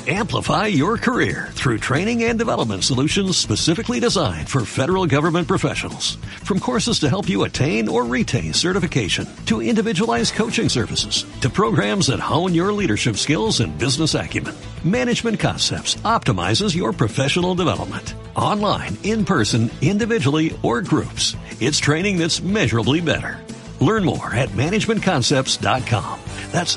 Amplify your career through training and development solutions specifically designed for federal government professionals. From courses to help you attain or retain certification, to individualized coaching services, to programs that hone your leadership skills and business acumen, Management Concepts optimizes your professional development. Online, in person, individually, or groups, it's training that's measurably better. Learn more at managementconcepts.com. That's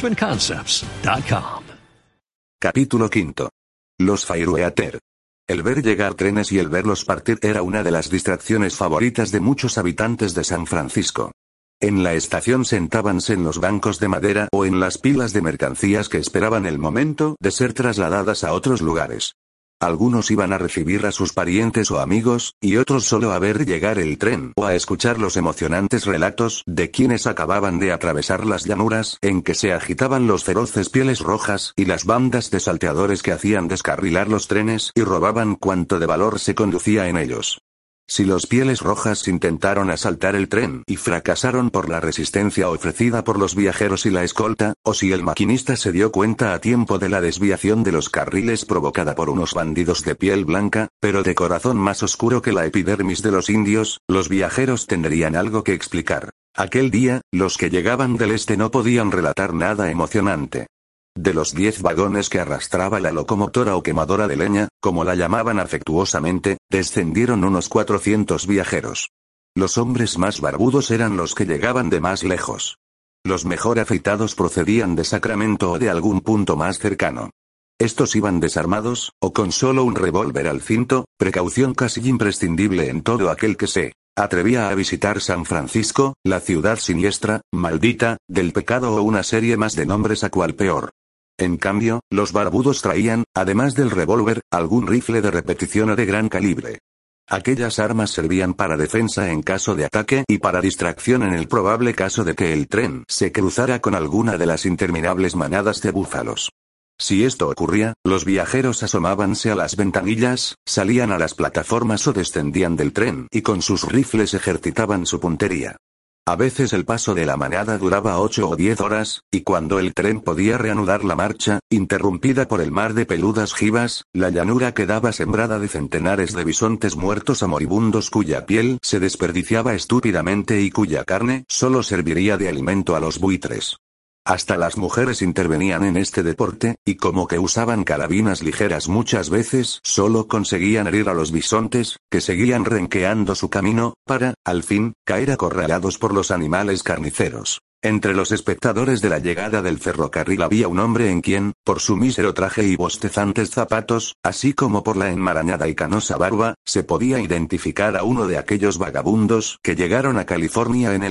managementconcepts.com. Capítulo 5. Los Firewater. El ver llegar trenes y el verlos partir era una de las distracciones favoritas de muchos habitantes de San Francisco. En la estación sentábanse en los bancos de madera o en las pilas de mercancías que esperaban el momento de ser trasladadas a otros lugares. Algunos iban a recibir a sus parientes o amigos, y otros solo a ver llegar el tren o a escuchar los emocionantes relatos de quienes acababan de atravesar las llanuras en que se agitaban los feroces pieles rojas y las bandas de salteadores que hacían descarrilar los trenes y robaban cuanto de valor se conducía en ellos. Si los pieles rojas intentaron asaltar el tren y fracasaron por la resistencia ofrecida por los viajeros y la escolta, o si el maquinista se dio cuenta a tiempo de la desviación de los carriles provocada por unos bandidos de piel blanca, pero de corazón más oscuro que la epidermis de los indios, los viajeros tendrían algo que explicar. Aquel día, los que llegaban del este no podían relatar nada emocionante. De los 10 vagones que arrastraba la locomotora o quemadora de leña, como la llamaban afectuosamente, descendieron unos 400 viajeros. Los hombres más barbudos eran los que llegaban de más lejos. Los mejor afeitados procedían de Sacramento o de algún punto más cercano. Estos iban desarmados, o con solo un revólver al cinto, precaución casi imprescindible en todo aquel que se atrevía a visitar San Francisco, la ciudad siniestra, maldita, del pecado o una serie más de nombres a cual peor. En cambio, los barbudos traían, además del revólver, algún rifle de repetición o de gran calibre. Aquellas armas servían para defensa en caso de ataque y para distracción en el probable caso de que el tren se cruzara con alguna de las interminables manadas de búfalos. Si esto ocurría, los viajeros asomábanse a las ventanillas, salían a las plataformas o descendían del tren y con sus rifles ejercitaban su puntería. A veces el paso de la manada duraba 8 o 10 horas, y cuando el tren podía reanudar la marcha, interrumpida por el mar de peludas jivas, la llanura quedaba sembrada de centenares de bisontes muertos a moribundos cuya piel se desperdiciaba estúpidamente y cuya carne solo serviría de alimento a los buitres. Hasta las mujeres intervenían en este deporte, y como que usaban carabinas ligeras muchas veces solo conseguían herir a los bisontes, que seguían renqueando su camino, para, al fin, caer acorralados por los animales carniceros. Entre los espectadores de la llegada del ferrocarril había un hombre en quien, por su mísero traje y bostezantes zapatos, así como por la enmarañada y canosa barba, se podía identificar a uno de aquellos vagabundos que llegaron a California en el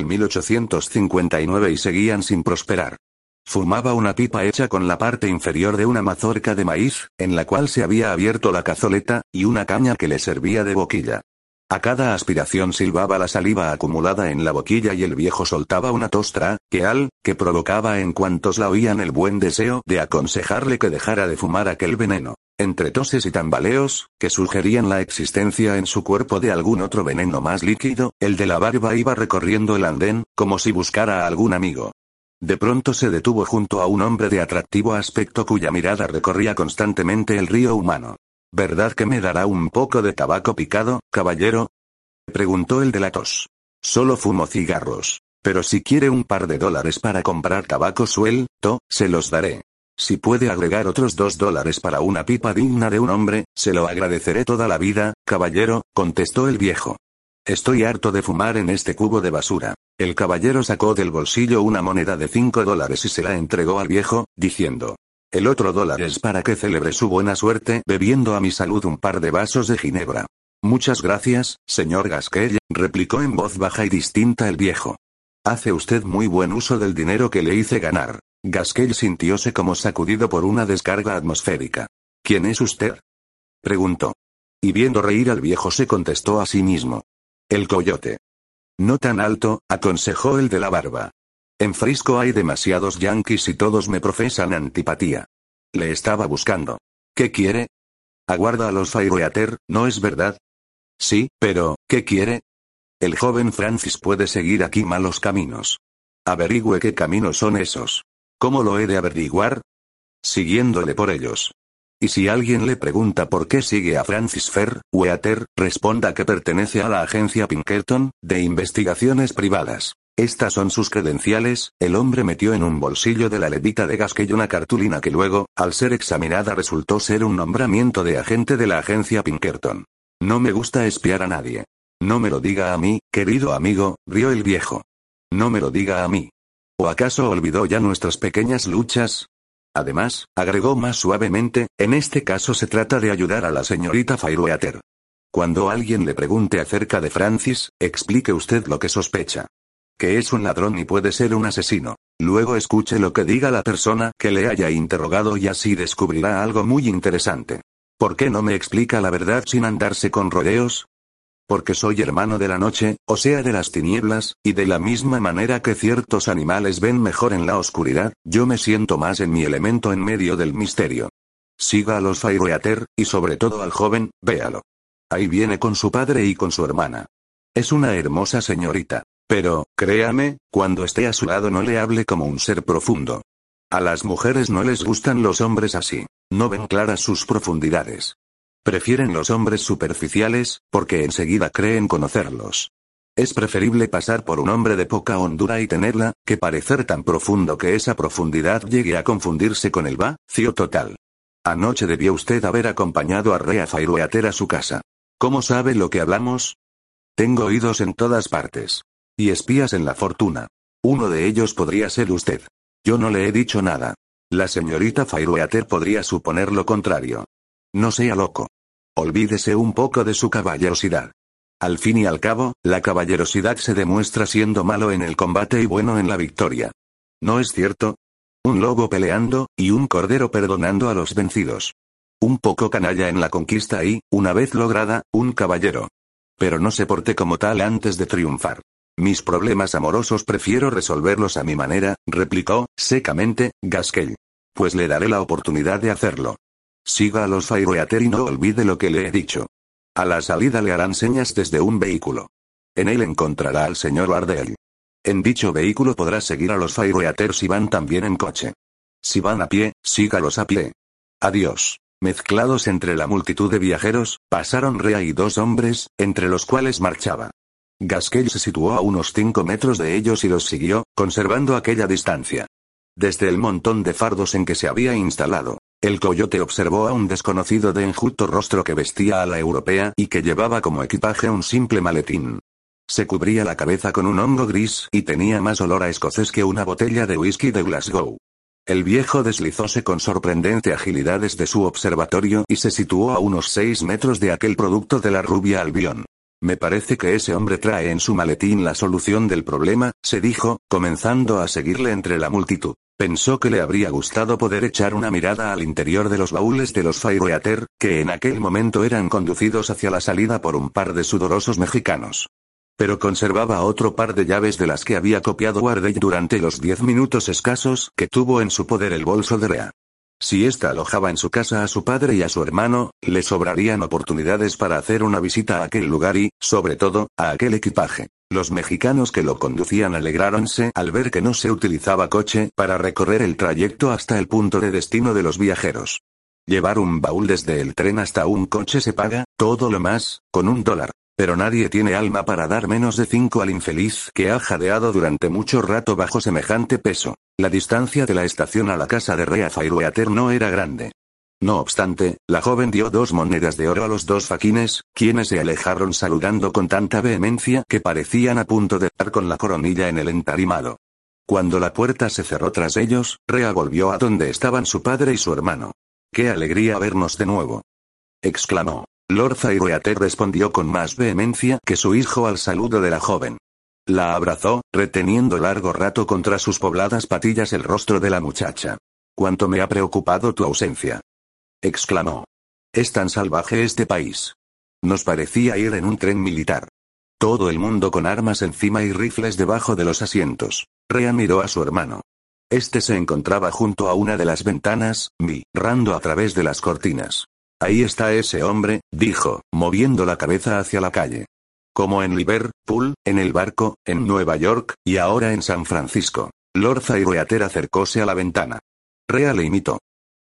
1859 y seguían sin prosperar. Fumaba una pipa hecha con la parte inferior de una mazorca de maíz, en la cual se había abierto la cazoleta, y una caña que le servía de boquilla. A cada aspiración silbaba la saliva acumulada en la boquilla y el viejo soltaba una tostra, que provocaba en cuantos la oían el buen deseo de aconsejarle que dejara de fumar aquel veneno. Entre toses y tambaleos, que sugerían la existencia en su cuerpo de algún otro veneno más líquido, el de la barba iba recorriendo el andén, como si buscara a algún amigo. De pronto se detuvo junto a un hombre de atractivo aspecto cuya mirada recorría constantemente el río humano. ¿Verdad que me dará un poco de tabaco picado, caballero?, preguntó el de la tos. Solo fumo cigarros. Pero si quiere un par de dólares para comprar tabaco suelto, se los daré. Si puede agregar otros $2 para una pipa digna de un hombre, se lo agradeceré toda la vida, caballero, contestó el viejo. Estoy harto de fumar en este cubo de basura. El caballero sacó del bolsillo una moneda de $5 y se la entregó al viejo, diciendo: el otro $1 es para que celebre su buena suerte bebiendo a mi salud un par de vasos de ginebra. Muchas gracias, señor Gaskell, replicó en voz baja y distinta el viejo. Hace usted muy buen uso del dinero que le hice ganar. Gaskell sintióse como sacudido por una descarga atmosférica. ¿Quién es usted?, preguntó. Y viendo reír al viejo se contestó a sí mismo: el coyote. No tan alto, aconsejó el de la barba. En Frisco hay demasiados yanquis y todos me profesan antipatía. Le estaba buscando. ¿Qué quiere? Aguarda a los Firewater, ¿no es verdad? Sí, pero, ¿qué quiere? El joven Francis puede seguir aquí malos caminos. Averigüe qué caminos son esos. ¿Cómo lo he de averiguar? siguiéndole por ellos. Y si alguien le pregunta por qué sigue a Francis Fairweather, responda que pertenece a la agencia Pinkerton, de investigaciones privadas. Estas son sus credenciales. El hombre metió en un bolsillo de la levita de Gaskell una cartulina que luego, al ser examinada, resultó ser un nombramiento de agente de la agencia Pinkerton. No me gusta espiar a nadie. No me lo diga a mí, querido amigo, rió el viejo. No me lo diga a mí. ¿O acaso olvidó ya nuestras pequeñas luchas? Además, agregó más suavemente, en este caso se trata de ayudar a la señorita Fairweather. Cuando alguien le pregunte acerca de Francis, explique usted lo que sospecha. Que es un ladrón y puede ser un asesino. Luego escuche lo que diga la persona que le haya interrogado y así descubrirá algo muy interesante. ¿Por qué no me explica la verdad sin andarse con rodeos? Porque soy hermano de la noche, o sea de las tinieblas, y de la misma manera que ciertos animales ven mejor en la oscuridad, yo me siento más en mi elemento en medio del misterio. Siga a los Fairweather, y sobre todo al joven, véalo. Ahí viene con su padre y con su hermana. Es una hermosa señorita. Pero, créame, cuando esté a su lado no le hable como un ser profundo. A las mujeres no les gustan los hombres así. No ven claras sus profundidades. Prefieren los hombres superficiales, porque enseguida creen conocerlos. Es preferible pasar por un hombre de poca hondura y tenerla, que parecer tan profundo que esa profundidad llegue a confundirse con el vacío total. Anoche debió usted haber acompañado a Rhea Fairweather a su casa. ¿Cómo sabe lo que hablamos? Tengo oídos en todas partes. Y espías en la fortuna. Uno de ellos podría ser usted. Yo no le he dicho nada. La señorita Fairweather podría suponer lo contrario. No sea loco. Olvídese un poco de su caballerosidad. Al fin y al cabo, la caballerosidad se demuestra siendo malo en el combate y bueno en la victoria. ¿No es cierto? Un lobo peleando, y un cordero perdonando a los vencidos. Un poco canalla en la conquista y, una vez lograda, un caballero. Pero no se porte como tal antes de triunfar. Mis problemas amorosos prefiero resolverlos a mi manera, replicó, secamente, Gaskell. Pues le daré la oportunidad de hacerlo. Siga a los Fairweather y no olvide lo que le he dicho. A la salida le harán señas desde un vehículo. En él encontrará al señor Ardell. En dicho vehículo podrá seguir a los Fairweather si van también en coche. Si van a pie, sígalos a pie. Adiós. Mezclados entre la multitud de viajeros, pasaron Rhea y dos hombres, entre los cuales marchaba. Gaskell se situó a unos 5 metros de ellos y los siguió, conservando aquella distancia. Desde el montón de fardos en que se había instalado, el coyote observó a un desconocido de enjuto rostro que vestía a la europea y que llevaba como equipaje un simple maletín. Se cubría la cabeza con un hongo gris y tenía más olor a escocés que una botella de whisky de Glasgow. El viejo deslizóse con sorprendente agilidad desde su observatorio y se situó a unos 6 metros de aquel producto de la rubia Albión. Me parece que ese hombre trae en su maletín la solución del problema, se dijo, comenzando a seguirle entre la multitud. Pensó que le habría gustado poder echar una mirada al interior de los baúles de los Fairweather, que en aquel momento eran conducidos hacia la salida por un par de sudorosos mexicanos. Pero conservaba otro par de llaves de las que había copiado Wardell durante los 10 minutos escasos que tuvo en su poder el bolso de Rhea. Si ésta alojaba en su casa a su padre y a su hermano, le sobrarían oportunidades para hacer una visita a aquel lugar y, sobre todo, a aquel equipaje. Los mexicanos que lo conducían alegráronse al ver que no se utilizaba coche para recorrer el trayecto hasta el punto de destino de los viajeros. Llevar un baúl desde el tren hasta un coche se paga, todo lo más, con $1. Pero nadie tiene alma para dar menos de 5 al infeliz que ha jadeado durante mucho rato bajo semejante peso. La distancia de la estación a la casa de Rhea Fairweather no era grande. No obstante, la joven dio 2 monedas de oro a los 2 faquines, quienes se alejaron saludando con tanta vehemencia que parecían a punto de dar con la coronilla en el entarimado. Cuando la puerta se cerró tras ellos, Rhea volvió a donde estaban su padre y su hermano. ¡Qué alegría vernos de nuevo!, exclamó. Lord Fairweather respondió con más vehemencia que su hijo al saludo de la joven. La abrazó, reteniendo largo rato contra sus pobladas patillas el rostro de la muchacha. «¿Cuánto me ha preocupado tu ausencia?», exclamó. «Es tan salvaje este país. Nos parecía ir en un tren militar. Todo el mundo con armas encima y rifles debajo de los asientos». Rhea miró a su hermano. Este se encontraba junto a una de las ventanas, mirando a través de las cortinas. «Ahí está ese hombre», dijo, moviendo la cabeza hacia la calle. «Como en Liverpool, en el barco, en Nueva York, y ahora en San Francisco». Lord Fairweather acercóse a la ventana. Rhea le imitó.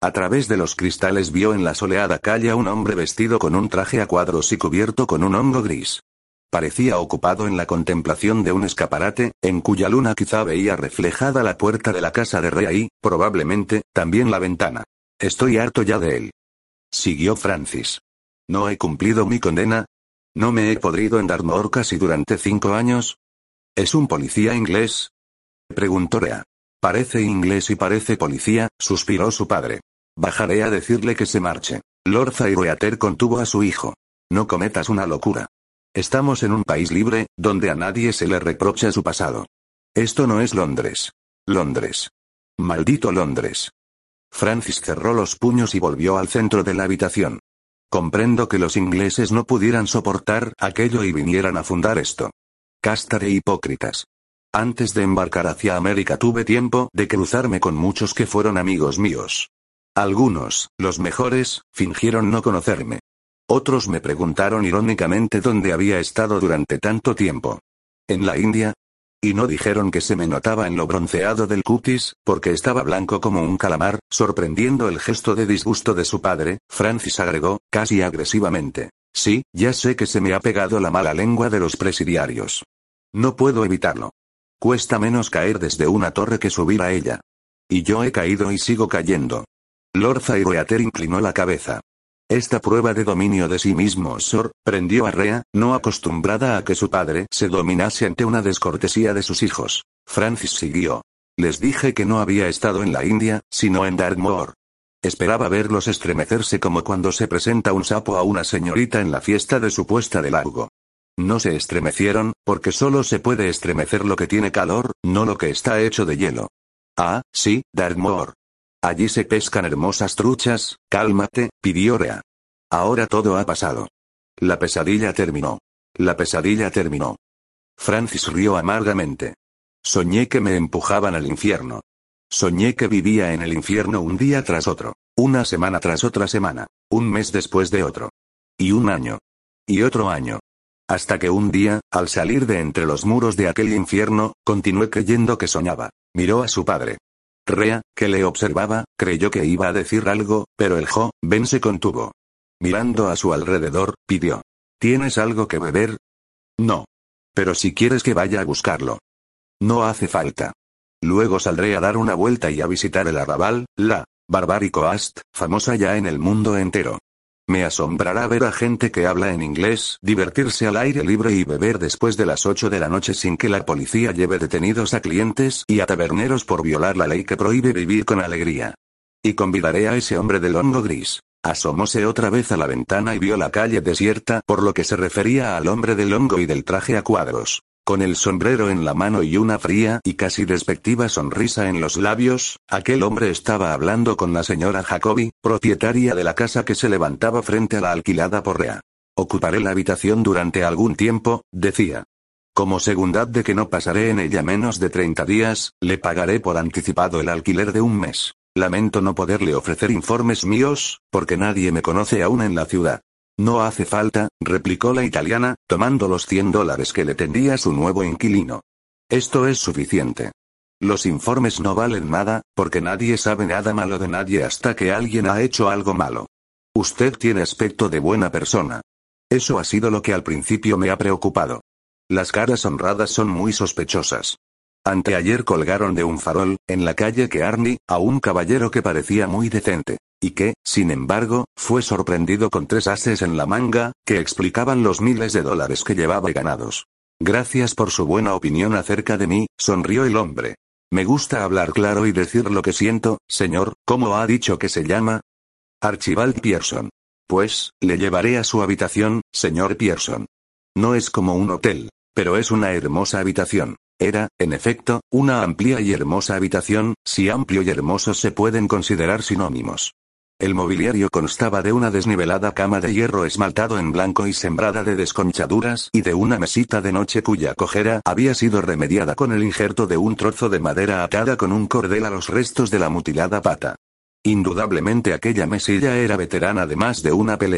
A través de los cristales vio en la soleada calle a un hombre vestido con un traje a cuadros y cubierto con un hongo gris. Parecía ocupado en la contemplación de un escaparate, en cuya luna quizá veía reflejada la puerta de la casa de Rea y, probablemente, también la ventana. Estoy harto ya de él. Siguió Francis. ¿No he cumplido mi condena? ¿No me he podrido en Dartmoor casi durante 5 años? ¿Es un policía inglés? Preguntó Rea. Parece inglés y parece policía, suspiró su padre. Bajaré a decirle que se marche. Lord Firewater contuvo a su hijo. No cometas una locura. Estamos en un país libre, donde a nadie se le reprocha su pasado. Esto no es Londres. Londres. Maldito Londres. Francis cerró los puños y volvió al centro de la habitación. Comprendo que los ingleses no pudieran soportar aquello y vinieran a fundar esto. Casta de hipócritas. Antes de embarcar hacia América tuve tiempo de cruzarme con muchos que fueron amigos míos. Algunos, los mejores, fingieron no conocerme. Otros me preguntaron irónicamente dónde había estado durante tanto tiempo. ¿En la India? Y no dijeron que se me notaba en lo bronceado del cutis, porque estaba blanco como un calamar. Sorprendiendo el gesto de disgusto de su padre, Francis agregó, casi agresivamente. Sí, ya sé que se me ha pegado la mala lengua de los presidiarios. No puedo evitarlo. Cuesta menos caer desde una torre que subir a ella. Y yo he caído y sigo cayendo. Lord Firewater inclinó la cabeza. Esta prueba de dominio de sí mismo sorprendió a Rea, no acostumbrada a que su padre se dominase ante una descortesía de sus hijos. Francis siguió. Les dije que no había estado en la India, sino en Dartmoor. Esperaba verlos estremecerse como cuando se presenta un sapo a una señorita en la fiesta de su puesta de largo. No se estremecieron, porque solo se puede estremecer lo que tiene calor, no lo que está hecho de hielo. Ah, sí, Dartmoor. Allí se pescan hermosas truchas. Cálmate, pidió Rea. Ahora todo ha pasado. La pesadilla terminó. La pesadilla terminó. Francis rió amargamente. Soñé que me empujaban al infierno. Soñé que vivía en el infierno un día tras otro, una semana tras otra semana, un mes después de otro. Y un año. Y otro año. Hasta que un día, al salir de entre los muros de aquel infierno, continué creyendo que soñaba. Miró a su padre. Rea, que le observaba, creyó que iba a decir algo, pero el joven se contuvo. Mirando a su alrededor, pidió. ¿Tienes algo que beber? No. Pero si quieres que vaya a buscarlo. No hace falta. Luego saldré a dar una vuelta y a visitar el arrabal, la Barbary Coast, famosa ya en el mundo entero. Me asombrará ver a gente que habla en inglés, divertirse al aire libre y beber después de las 8 de la noche sin que la policía lleve detenidos a clientes y a taberneros por violar la ley que prohíbe vivir con alegría. Y convidaré a ese hombre del hongo gris. Asomóse otra vez a la ventana y vio la calle desierta, por lo que se refería al hombre del hongo y del traje a cuadros. Con el sombrero en la mano y una fría y casi despectiva sonrisa en los labios, aquel hombre estaba hablando con la señora Jacobi, propietaria de la casa que se levantaba frente a la alquilada por Rea. Ocuparé la habitación durante algún tiempo, decía. Como segundad de que no pasaré en ella menos de 30 días, le pagaré por anticipado el alquiler de un mes. Lamento no poderle ofrecer informes míos, porque nadie me conoce aún en la ciudad. No hace falta, replicó la italiana, tomando los $100 que le tendía su nuevo inquilino. Esto es suficiente. Los informes no valen nada, porque nadie sabe nada malo de nadie hasta que alguien ha hecho algo malo. Usted tiene aspecto de buena persona. Eso ha sido lo que al principio me ha preocupado. Las caras honradas son muy sospechosas. Anteayer colgaron de un farol, en la calle Kearney, a un caballero que parecía muy decente, y que, sin embargo, fue sorprendido con 3 ases en la manga, que explicaban los miles de dólares que llevaba ganados. Gracias por su buena opinión acerca de mí, sonrió el hombre. Me gusta hablar claro y decir lo que siento, señor. ¿Cómo ha dicho que se llama? Archibald Pierson. Pues, le llevaré a su habitación, señor Pierson. No es como un hotel, pero es una hermosa habitación. Era, en efecto, una amplia y hermosa habitación, si amplio y hermoso se pueden considerar sinónimos. El mobiliario constaba de una desnivelada cama de hierro esmaltado en blanco y sembrada de desconchaduras y de una mesita de noche cuya cojera había sido remediada con el injerto de un trozo de madera atada con un cordel a los restos de la mutilada pata. Indudablemente aquella mesilla era veterana de más de una pelea.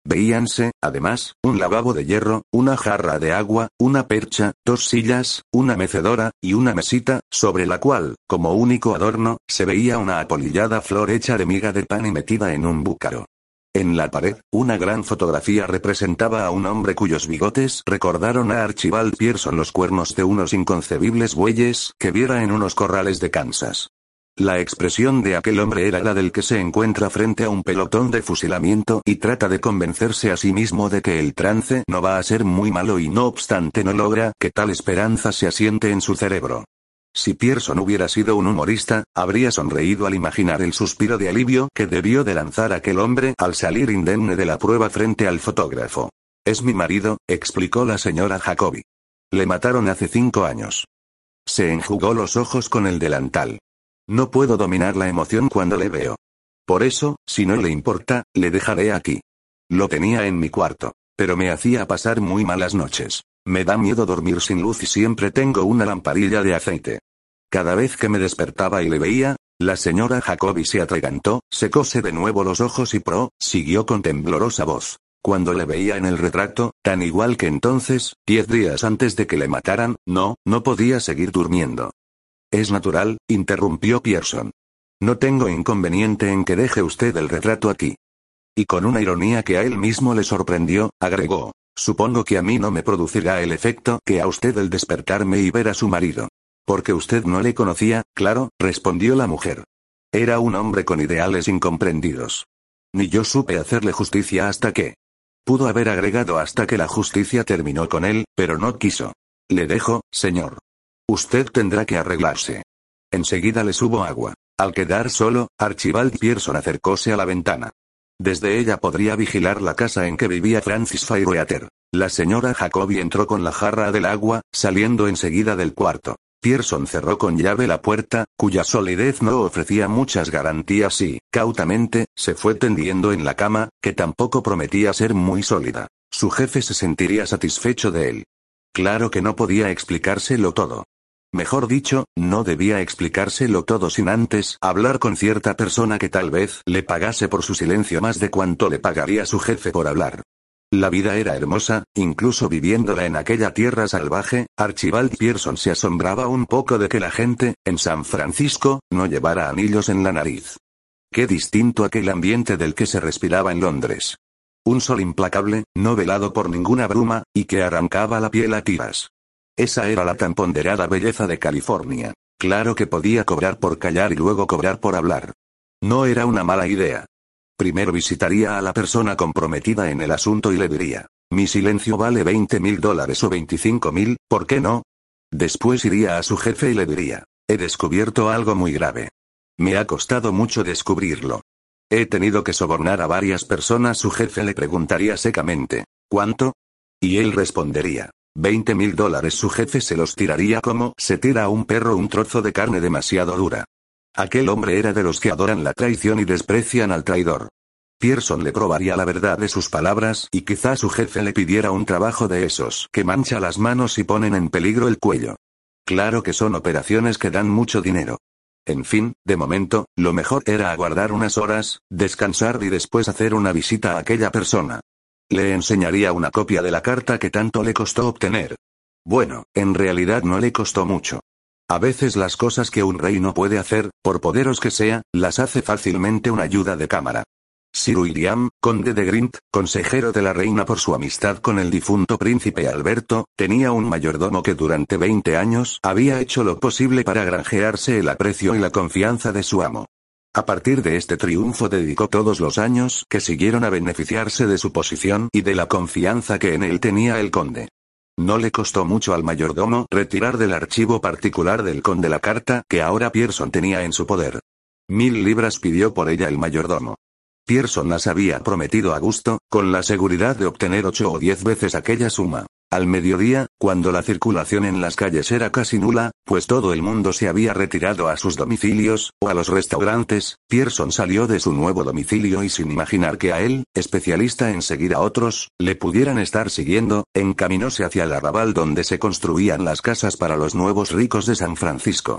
Veíanse, además, un lavabo de hierro, una jarra de agua, una percha, 2 sillas, una mecedora, y una mesita, sobre la cual, como único adorno, se veía una apolillada flor hecha de miga de pan y metida en un búcaro. En la pared, una gran fotografía representaba a un hombre cuyos bigotes recordaron a Archibald Pierson los cuernos de unos inconcebibles bueyes que viera en unos corrales de Kansas. La expresión de aquel hombre era la del que se encuentra frente a un pelotón de fusilamiento y trata de convencerse a sí mismo de que el trance no va a ser muy malo y no obstante no logra que tal esperanza se asiente en su cerebro. Si Pierson hubiera sido un humorista, habría sonreído al imaginar el suspiro de alivio que debió de lanzar aquel hombre al salir indemne de la prueba frente al fotógrafo. «Es mi marido», explicó la señora Jacobi. «Le mataron hace 5 años». Se enjugó los ojos con el delantal. «No puedo dominar la emoción cuando le veo. Por eso, si no le importa, le dejaré aquí. Lo tenía en mi cuarto. Pero me hacía pasar muy malas noches. Me da miedo dormir sin luz y siempre tengo una lamparilla de aceite. Cada vez que me despertaba y le veía», la señora Jacobi se atragantó, secóse de nuevo los ojos y siguió con temblorosa voz. «Cuando le veía en el retrato, tan igual que entonces, 10 días antes de que le mataran, no podía seguir durmiendo». «Es natural», interrumpió Pierson. «No tengo inconveniente en que deje usted el retrato aquí». Y con una ironía que a él mismo le sorprendió, agregó: «Supongo que a mí no me producirá el efecto que a usted el despertarme y ver a su marido». «Porque usted no le conocía, claro», respondió la mujer. «Era un hombre con ideales incomprendidos. Ni yo supe hacerle justicia hasta que...». Pudo haber agregado hasta que la justicia terminó con él, pero no quiso. «Le dejo, señor. Usted tendrá que arreglarse. Enseguida le subo agua». Al quedar solo, Archibald Pierson acercóse a la ventana. Desde ella podría vigilar la casa en que vivía Francis Fairueather. La señora Jacobi entró con la jarra del agua, saliendo enseguida del cuarto. Pierson cerró con llave la puerta, cuya solidez no ofrecía muchas garantías y, cautamente, se fue tendiendo en la cama, que tampoco prometía ser muy sólida. Su jefe se sentiría satisfecho de él. Claro que no podía explicárselo todo. Mejor dicho, no debía explicárselo todo sin antes hablar con cierta persona que tal vez le pagase por su silencio más de cuanto le pagaría su jefe por hablar. La vida era hermosa, incluso viviéndola en aquella tierra salvaje. Archibald Pierson se asombraba un poco de que la gente, en San Francisco, no llevara anillos en la nariz. Qué distinto aquel ambiente del que se respiraba en Londres. Un sol implacable, no velado por ninguna bruma, y que arrancaba la piel a tiras. Esa era la tan ponderada belleza de California. Claro que podía cobrar por callar y luego cobrar por hablar. No era una mala idea. Primero visitaría a la persona comprometida en el asunto y le diría: «Mi silencio vale $20,000 o 25,000, ¿por qué no?». Después iría a su jefe y le diría: «He descubierto algo muy grave. Me ha costado mucho descubrirlo. He tenido que sobornar a varias personas». Su jefe le preguntaría secamente: «¿Cuánto?». Y él respondería: $20,000. Su jefe se los tiraría como se tira a un perro un trozo de carne demasiado dura. Aquel hombre era de los que adoran la traición y desprecian al traidor. Pierson le probaría la verdad de sus palabras y quizá su jefe le pidiera un trabajo de esos que mancha las manos y ponen en peligro el cuello. Claro que son operaciones que dan mucho dinero. En fin, de momento, lo mejor era aguardar unas horas, descansar y después hacer una visita a aquella persona. Le enseñaría una copia de la carta que tanto le costó obtener. Bueno, en realidad no le costó mucho. A veces las cosas que un rey no puede hacer, por poderoso que sea, las hace fácilmente una ayuda de cámara. Sir William, conde de Grint, consejero de la reina por su amistad con el difunto príncipe Alberto, tenía un mayordomo que durante 20 años había hecho lo posible para granjearse el aprecio y la confianza de su amo. A partir de este triunfo dedicó todos los años que siguieron a beneficiarse de su posición y de la confianza que en él tenía el conde. No le costó mucho al mayordomo retirar del archivo particular del conde la carta que ahora Pierson tenía en su poder. 1,000 libras pidió por ella el mayordomo. Pierson las había prometido a gusto, con la seguridad de obtener 8 o 10 veces aquella suma. Al mediodía, cuando la circulación en las calles era casi nula, pues todo el mundo se había retirado a sus domicilios, o a los restaurantes, Pierson salió de su nuevo domicilio y sin imaginar que a él, especialista en seguir a otros, le pudieran estar siguiendo, encaminóse hacia el arrabal donde se construían las casas para los nuevos ricos de San Francisco.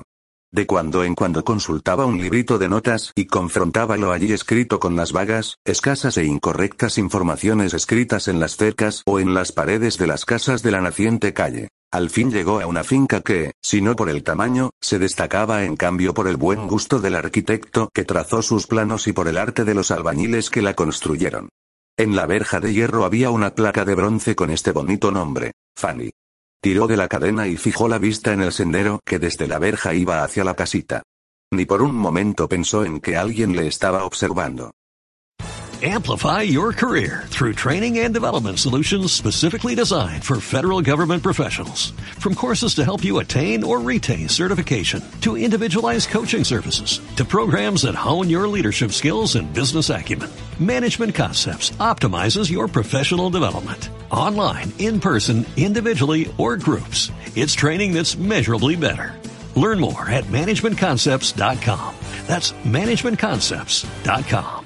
De cuando en cuando consultaba un librito de notas y confrontaba lo allí escrito con las vagas, escasas e incorrectas informaciones escritas en las cercas o en las paredes de las casas de la naciente calle. Al fin llegó a una finca que, si no por el tamaño, se destacaba en cambio por el buen gusto del arquitecto que trazó sus planos y por el arte de los albañiles que la construyeron. En la verja de hierro había una placa de bronce con este bonito nombre, Fanny. Tiró de la cadena y fijó la vista en el sendero que desde la verja iba hacia la casita. Ni por un momento pensó en que alguien le estaba observando. Amplify your career through training and development solutions specifically designed for federal government professionals. From courses to help you attain or retain certification, to individualized coaching services, to programs that hone your leadership skills and business acumen, Management Concepts optimizes your professional development. Online, in person, individually, or groups, it's training that's measurably better. Learn more at managementconcepts.com. That's managementconcepts.com.